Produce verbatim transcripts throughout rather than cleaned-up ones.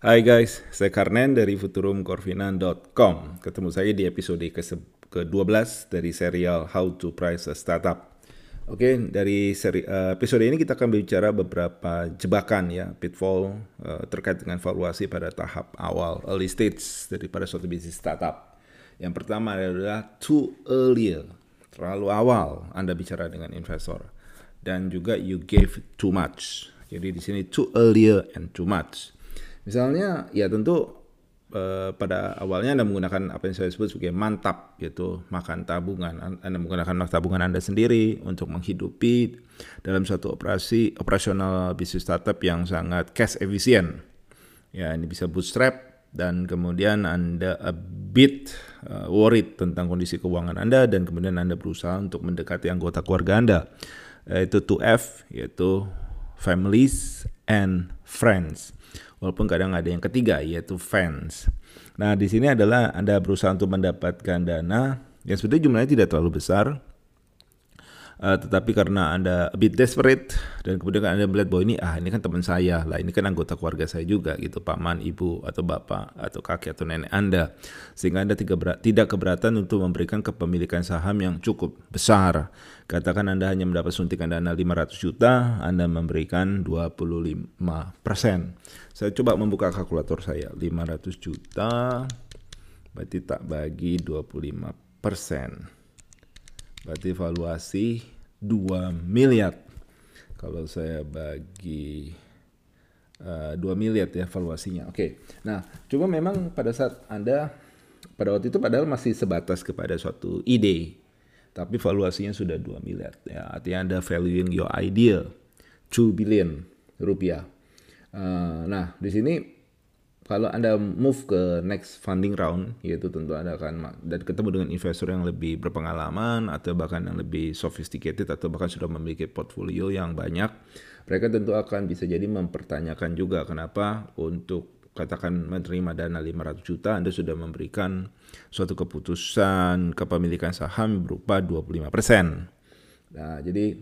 Hai guys, saya Karnen dari futurum corvinan dot com. Ketemu saya di episode ke dua belas dari serial How to Price a Startup. Oke, dari seri, uh, episode ini kita akan bicara beberapa jebakan ya, pitfall uh, terkait dengan valuasi pada tahap awal, early stage daripada suatu bisnis startup. Yang pertama adalah too early, terlalu awal Anda bicara dengan investor. Dan juga you gave too much. Jadi di sini too early and too much. Misalnya, ya tentu eh, pada awalnya Anda menggunakan apa yang saya sebut sebagai mantap, yaitu makan tabungan. Anda menggunakan tabungan Anda sendiri untuk menghidupi dalam suatu operasi operasional bisnis startup yang sangat cash efisien. Ya, ini bisa bootstrap dan kemudian Anda a bit uh, worried tentang kondisi keuangan Anda dan kemudian Anda berusaha untuk mendekati anggota keluarga Anda. Yaitu two F, yaitu families and friends. Walaupun kadang ada yang ketiga, yaitu fans. Nah, di sini adalah Anda berusaha untuk mendapatkan dana yang sebetulnya jumlahnya tidak terlalu besar, uh, tetapi karena Anda a bit desperate dan kemudian Anda melihat bahwa ini ah ini kan teman saya lah, ini kan anggota keluarga saya juga gitu, paman, ibu atau bapak atau kakek atau nenek Anda, sehingga Anda tidak keberatan untuk memberikan kepemilikan saham yang cukup besar. Katakan Anda hanya mendapat suntikan dana lima ratus juta, Anda memberikan dua puluh lima persen. Saya coba membuka kalkulator saya, lima ratus juta berarti tak bagi dua puluh lima persen. Berarti valuasi dua miliar. Kalau saya bagi uh, dua miliar ya valuasinya. Oke. Nah, cuma memang pada saat Anda pada waktu itu padahal masih sebatas kepada suatu ide. Tapi valuasinya sudah dua miliar. Ya, artinya Anda valuing your idea two billion rupiah. Uh, nah, di sini kalau Anda move ke next funding round, yaitu tentu Anda akan dan ketemu dengan investor yang lebih berpengalaman atau bahkan yang lebih sophisticated atau bahkan sudah memiliki portfolio yang banyak, mereka tentu akan bisa jadi mempertanyakan juga kenapa untuk katakan menerima dana lima ratus juta Anda sudah memberikan suatu keputusan kepemilikan saham berupa dua puluh lima persen. Nah, jadi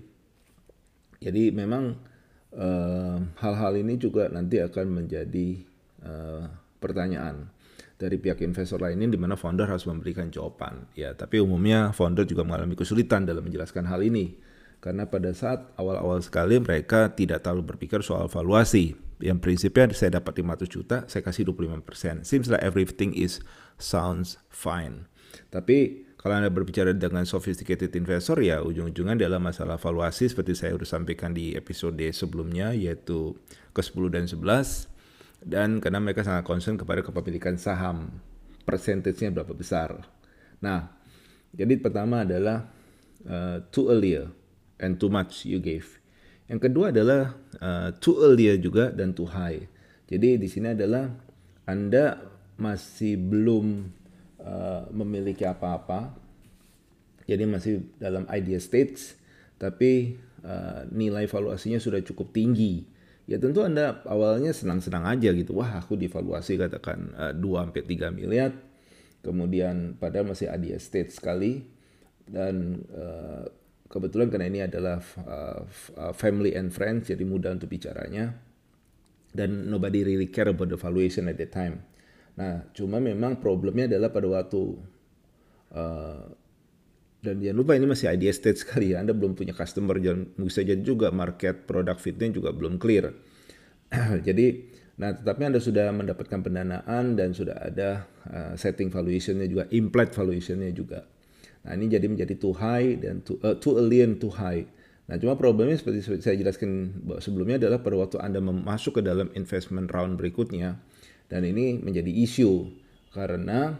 jadi memang Uh, hal-hal ini juga nanti akan menjadi uh, pertanyaan dari pihak investor lainnya di mana founder harus memberikan jawaban. Ya, tapi umumnya founder juga mengalami kesulitan dalam menjelaskan hal ini karena pada saat awal-awal sekali mereka tidak terlalu berpikir soal valuasi. Yang prinsipnya saya dapat lima ratus juta, saya kasih dua puluh lima persen. Seems like everything is sounds fine. Tapi kalau Anda berbicara dengan sophisticated investor, ya ujung-ujungnya adalah masalah valuasi seperti saya sudah sampaikan di episode sebelumnya, yaitu ke sepuluh dan sebelas. Dan karena mereka sangat concern kepada kepemilikan saham, persentasenya berapa besar. Nah, jadi pertama adalah uh, too early and too much you gave. Yang kedua adalah uh, too early juga dan too high. Jadi di sini adalah Anda masih belum Uh, memiliki apa-apa, jadi masih dalam idea stage, tapi uh, nilai valuasinya sudah cukup tinggi. Ya tentu Anda awalnya senang-senang aja gitu, wah aku divaluasi katakan uh, dua sampai tiga miliar, kemudian padahal masih idea stage sekali, dan uh, kebetulan karena ini adalah uh, family and friends, jadi mudah untuk bicaranya, dan nobody really care about the valuation at that time. Nah, cuma memang problemnya adalah pada waktu uh, dan jangan lupa ini masih idea stage sekali ya, Anda belum punya customer, dan bisa jadi juga market product fitnya juga belum clear. Jadi, nah tetapi Anda sudah mendapatkan pendanaan dan sudah ada uh, setting valuationnya juga, implied valuationnya juga. Nah ini jadi menjadi too high dan too, uh, too early and too high. Nah cuma problemnya seperti saya jelaskan sebelumnya adalah pada waktu Anda masuk ke dalam investment round berikutnya. Dan ini menjadi isu karena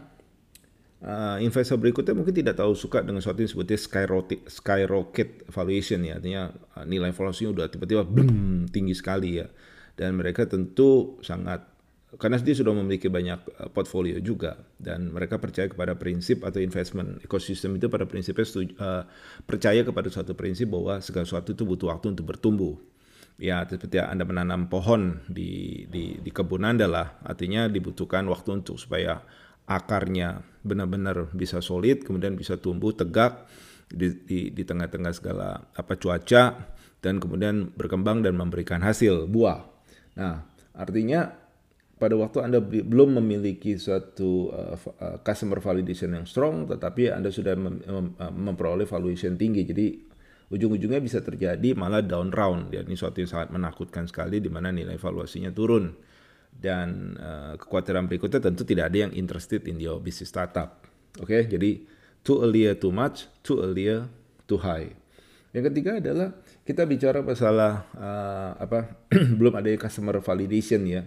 uh, investor berikutnya mungkin tidak tahu suka dengan sesuatu yang sebutnya skyrocket, skyrocket valuation ya. Artinya uh, nilai valuasinya udah tiba-tiba boom, tinggi sekali ya. Dan mereka tentu sangat, karena dia sudah memiliki banyak uh, portfolio juga. Dan mereka percaya kepada prinsip atau investment ekosistem itu pada prinsipnya setuju, uh, percaya kepada suatu prinsip bahwa segala sesuatu itu butuh waktu untuk bertumbuh. Ya, seperti Anda menanam pohon di, di, di kebun Anda lah, artinya dibutuhkan waktu untuk supaya akarnya benar-benar bisa solid, kemudian bisa tumbuh tegak di, di, di tengah-tengah segala apa cuaca, dan kemudian berkembang dan memberikan hasil buah. Nah, artinya pada waktu Anda belum memiliki suatu uh, customer validation yang strong, tetapi Anda sudah mem mem memperoleh valuation tinggi. Jadi ujung-ujungnya bisa terjadi malah down round. Ya, ini suatu yang sangat menakutkan sekali di mana nilai valuasinya turun. Dan uh, kekhawatiran berikutnya tentu tidak ada yang interested in your business startup. Oke, okay? Jadi too early too much, too early too high. Yang ketiga adalah kita bicara masalah uh, apa belum ada customer validation ya.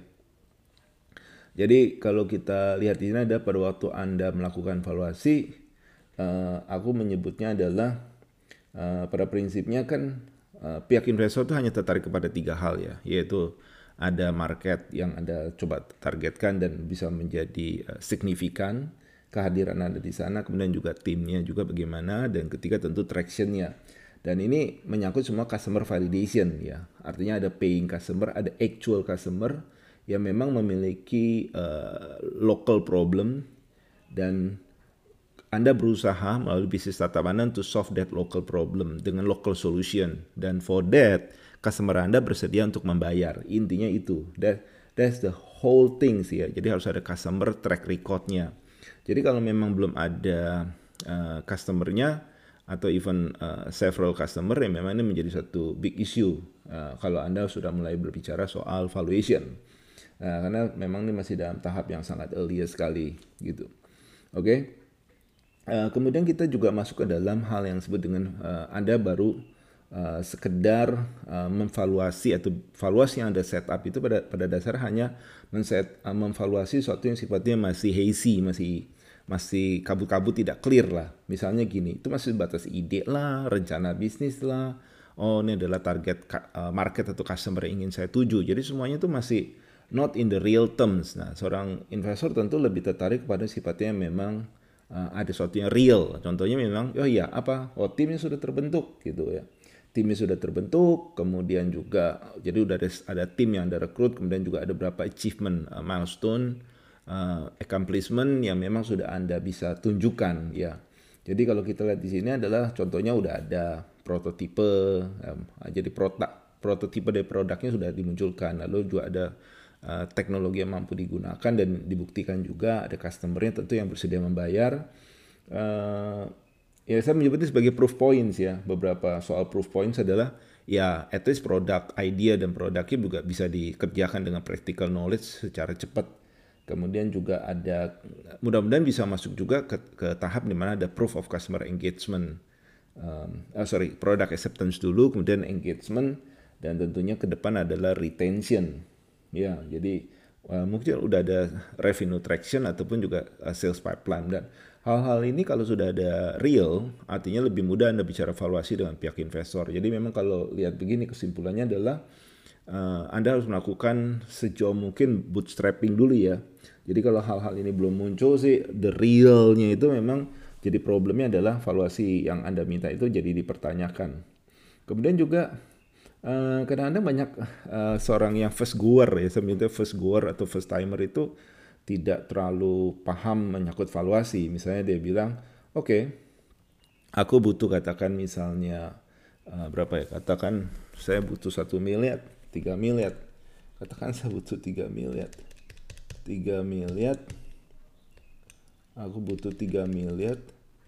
Jadi kalau kita lihat di sini ada pada waktu Anda melakukan valuasi, uh, aku menyebutnya adalah uh, pada prinsipnya kan uh, pihak investor itu hanya tertarik kepada tiga hal ya, yaitu ada market yang Anda coba targetkan dan bisa menjadi uh, signifikan kehadiran Anda di sana, kemudian juga timnya juga bagaimana, dan ketiga tentu traction-nya. Dan ini menyangkut semua customer validation ya. Artinya ada paying customer, ada actual customer yang memang memiliki uh, local problem dan Anda berusaha melalui bisnis startup Anda to solve that local problem dengan local solution. Dan for that, customer Anda bersedia untuk membayar. Intinya itu. That, that's the whole thing sih ya. Jadi harus ada customer track record-nya. Jadi kalau memang belum ada uh, customer-nya, atau even uh, several customer, yang memang ini menjadi satu big issue uh, kalau Anda sudah mulai berbicara soal valuation, uh, karena memang ini masih dalam tahap yang sangat early sekali gitu. Oke, okay? uh, kemudian kita juga masuk ke dalam hal yang disebut dengan uh, Anda baru uh, sekedar uh, memvaluasi atau valuasi yang Anda setup itu pada pada dasar hanya men-set, uh, memvaluasi sesuatu yang sifatnya masih hazy, masih masih kabut-kabut, tidak clear lah. Misalnya gini, itu masih batas ide lah, rencana bisnis lah, oh ini adalah target market atau customer yang ingin saya tuju. Jadi semuanya itu masih not in the real terms. Nah, seorang investor tentu lebih tertarik pada sifatnya yang memang uh, ada sesuatu yang real. Contohnya memang, oh iya apa, oh timnya sudah terbentuk gitu ya. Timnya sudah terbentuk, kemudian juga jadi udah ada, ada tim yang Anda rekrut, kemudian juga ada beberapa achievement uh, milestone, Uh, accomplishment yang memang sudah Anda bisa tunjukkan ya. Jadi kalau kita lihat di sini adalah contohnya udah ada prototipe, um, jadi produk prototipe dari produknya sudah dimunculkan, lalu juga ada uh, teknologi yang mampu digunakan dan dibuktikan juga, ada customer-nya tentu yang bersedia membayar. Uh, ya saya menyebutnya sebagai proof points ya. Beberapa soal proof points adalah ya at least produk idea dan produknya juga bisa dikerjakan dengan practical knowledge secara cepat. Kemudian juga ada, mudah-mudahan bisa masuk juga ke, ke tahap di mana ada proof of customer engagement. Um, oh sorry, product acceptance dulu, kemudian engagement, dan tentunya ke depan adalah retention. Ya, jadi uh, mungkin udah ada revenue traction ataupun juga uh, sales pipeline. Dan hal-hal ini kalau sudah ada real, artinya lebih mudah Anda bicara valuasi dengan pihak investor. Jadi memang kalau lihat begini, kesimpulannya adalah Uh, Anda harus melakukan sejauh mungkin bootstrapping dulu ya. Jadi kalau hal-hal ini belum muncul sih, the realnya itu memang jadi problemnya adalah valuasi yang Anda minta itu jadi dipertanyakan. Kemudian juga uh, kadang-kadang banyak uh, seorang yang first goer ya, sebenarnya first goer atau first timer itu tidak terlalu paham menyangkut valuasi. Misalnya dia bilang, oke, okay, aku butuh katakan misalnya uh, berapa ya? Katakan saya butuh satu miliar. tiga miliar, katakan saya butuh tiga miliar, tiga miliar, aku butuh tiga miliar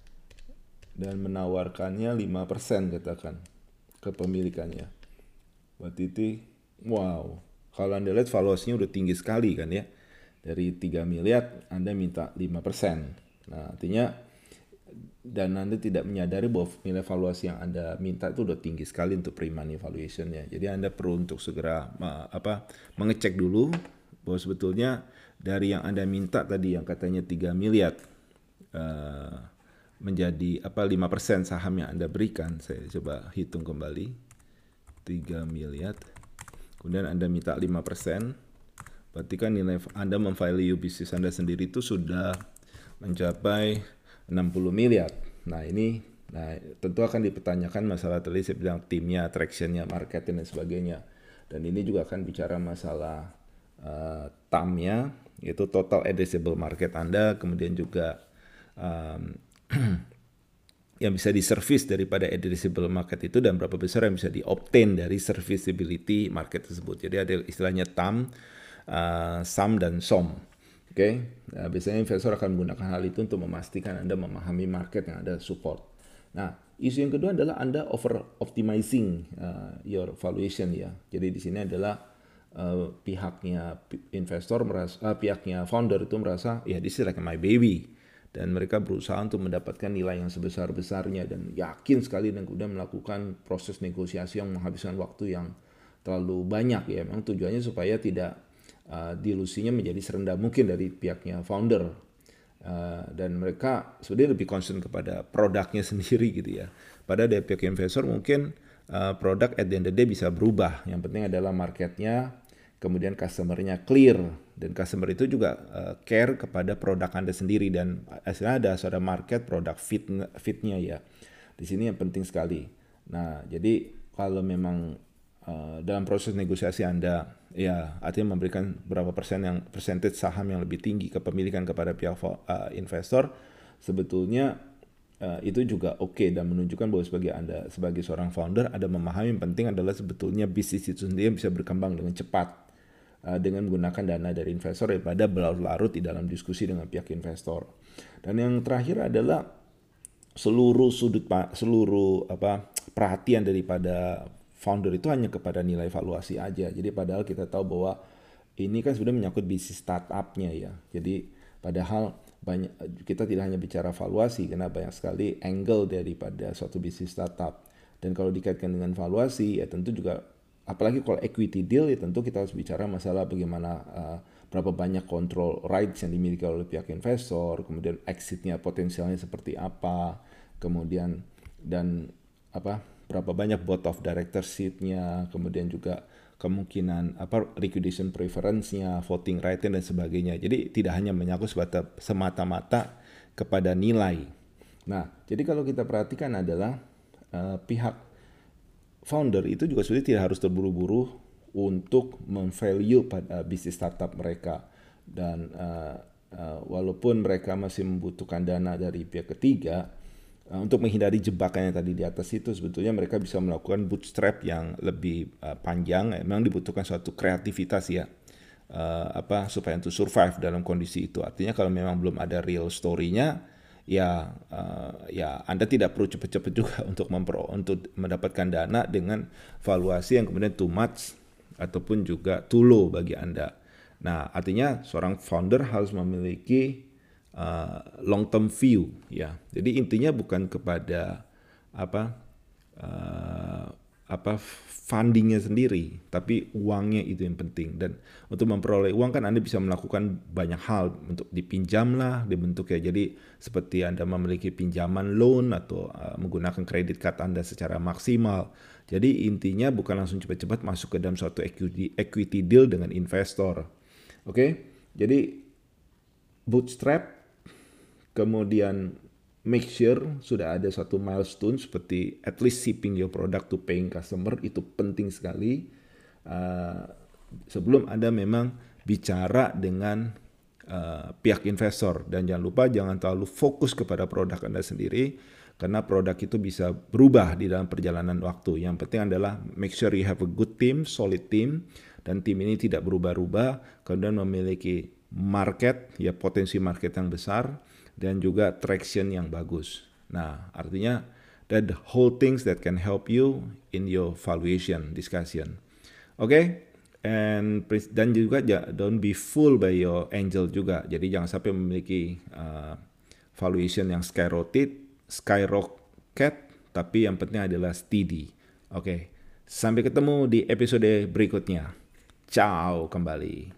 dan menawarkannya lima persen katakan kepemilikannya. Berarti itu, wow, kalau Anda lihat valuasinya udah tinggi sekali kan ya, dari tiga miliar Anda minta lima persen. Nah artinya, dan Anda tidak menyadari bahwa nilai valuasi yang Anda minta itu udah tinggi sekali untuk pre-money valuation-nya. Jadi Anda perlu untuk segera uh, apa mengecek dulu bahwa sebetulnya dari yang Anda minta tadi yang katanya tiga miliar uh, menjadi apa lima persen saham yang Anda berikan. Saya coba hitung kembali. tiga miliar. Kemudian Anda minta lima persen. Berarti kan nilai Anda memvalue bisnis Anda sendiri itu sudah mencapai enam puluh miliar. Nah ini nah tentu akan dipertanyakan masalah tadi saya bilang timnya, tractionnya, marketing dan sebagainya. Dan ini juga akan bicara masalah uh, T A M-nya, yaitu total addressable market Anda, kemudian juga um, yang bisa diservis daripada addressable market itu dan berapa besar yang bisa di-obtain dari serviceability market tersebut. Jadi ada istilahnya T A M, uh, SAM dan S O M. Oke, okay? Nah, biasanya investor akan menggunakan hal itu untuk memastikan Anda memahami market yang ada support. Nah, isu yang kedua adalah Anda over optimizing uh, your valuation ya. Jadi di sini adalah uh, pihaknya investor merasa, uh, pihaknya founder itu merasa ya this is like my baby, dan mereka berusaha untuk mendapatkan nilai yang sebesar-besarnya dan yakin sekali dan kemudian melakukan proses negosiasi yang menghabiskan waktu yang terlalu banyak ya. Memang tujuannya supaya tidak uh, dilusinya menjadi serendah mungkin dari pihaknya founder. Uh, dan mereka sebenarnya lebih concern kepada produknya sendiri gitu ya. Padahal dari pihak investor mungkin uh, produk at the end of the day bisa berubah. Yang penting adalah marketnya, kemudian customer-nya clear, dan customer itu juga uh, care kepada produk Anda sendiri, dan hasilnya ada sudah market produk fit fitnya ya. Di sini yang penting sekali. Nah, jadi kalau memang uh, dalam proses negosiasi Anda ya artinya memberikan berapa persen yang percentage saham yang lebih tinggi kepemilikan kepada pihak uh, investor, sebetulnya uh, itu juga oke okay, dan menunjukkan bahwa sebagai Anda sebagai seorang founder ada memahami yang penting adalah sebetulnya bisnis itu sendiri bisa berkembang dengan cepat uh, dengan menggunakan dana dari investor daripada berlarut-larut di dalam diskusi dengan pihak investor. Dan yang terakhir adalah seluruh sudut seluruh apa perhatian daripada founder itu hanya kepada nilai valuasi aja. Jadi padahal kita tahu bahwa ini kan sudah menyangkut bisnis startupnya ya. Jadi padahal banyak kita tidak hanya bicara valuasi karena banyak sekali angle daripada suatu bisnis startup. Dan kalau dikaitkan dengan valuasi ya tentu juga apalagi kalau equity deal ya tentu kita harus bicara masalah bagaimana uh, berapa banyak control rights yang dimiliki oleh pihak investor, kemudian exitnya potensialnya seperti apa, kemudian dan apa berapa banyak board of director seat-nya, kemudian juga kemungkinan apa liquidation preference-nya, voting right-nya dan sebagainya. Jadi tidak hanya menyangkut semata-mata kepada nilai. Nah, jadi kalau kita perhatikan adalah uh, pihak founder itu juga sudah tidak harus terburu-buru untuk memvalue pada bisnis startup mereka, dan uh, uh, walaupun mereka masih membutuhkan dana dari pihak ketiga, Uh, untuk menghindari jebakan yang tadi di atas itu, sebetulnya mereka bisa melakukan bootstrap yang lebih uh, panjang. Memang dibutuhkan suatu kreativitas ya, uh, apa supaya untuk survive dalam kondisi itu. Artinya kalau memang belum ada real story-nya, ya uh, ya Anda tidak perlu cepat-cepat juga untuk mempro untuk mendapatkan dana dengan valuasi yang kemudian too much ataupun juga too low bagi Anda. Nah, artinya seorang founder harus memiliki Uh, long term view ya. Jadi intinya bukan kepada apa uh, apa fundingnya sendiri, tapi uangnya itu yang penting. Dan untuk memperoleh uang kan Anda bisa melakukan banyak hal, untuk dipinjam lah dibentuknya. Jadi seperti Anda memiliki pinjaman loan atau uh, menggunakan kredit card Anda secara maksimal. Jadi intinya bukan langsung cepat-cepat masuk ke dalam suatu equity, equity deal dengan investor. Oke, okay? Jadi bootstrap, kemudian make sure sudah ada suatu milestone seperti at least shipping your product to paying customer, itu penting sekali uh, sebelum Anda memang bicara dengan uh, pihak investor. Dan jangan lupa jangan terlalu fokus kepada produk Anda sendiri, karena produk itu bisa berubah di dalam perjalanan waktu. Yang penting adalah make sure you have a good team, solid team, dan tim ini tidak berubah-ubah, kemudian memiliki market, ya potensi market yang besar, dan juga traction yang bagus. Nah, artinya that the whole things that can help you in your valuation discussion. Oke, okay? And dan juga don't be fooled by your angel juga. Jadi jangan sampai memiliki uh, valuation yang skyrocket, skyrocket, tapi yang penting adalah steady. Oke, okay. Sampai ketemu di episode berikutnya. Ciao kembali.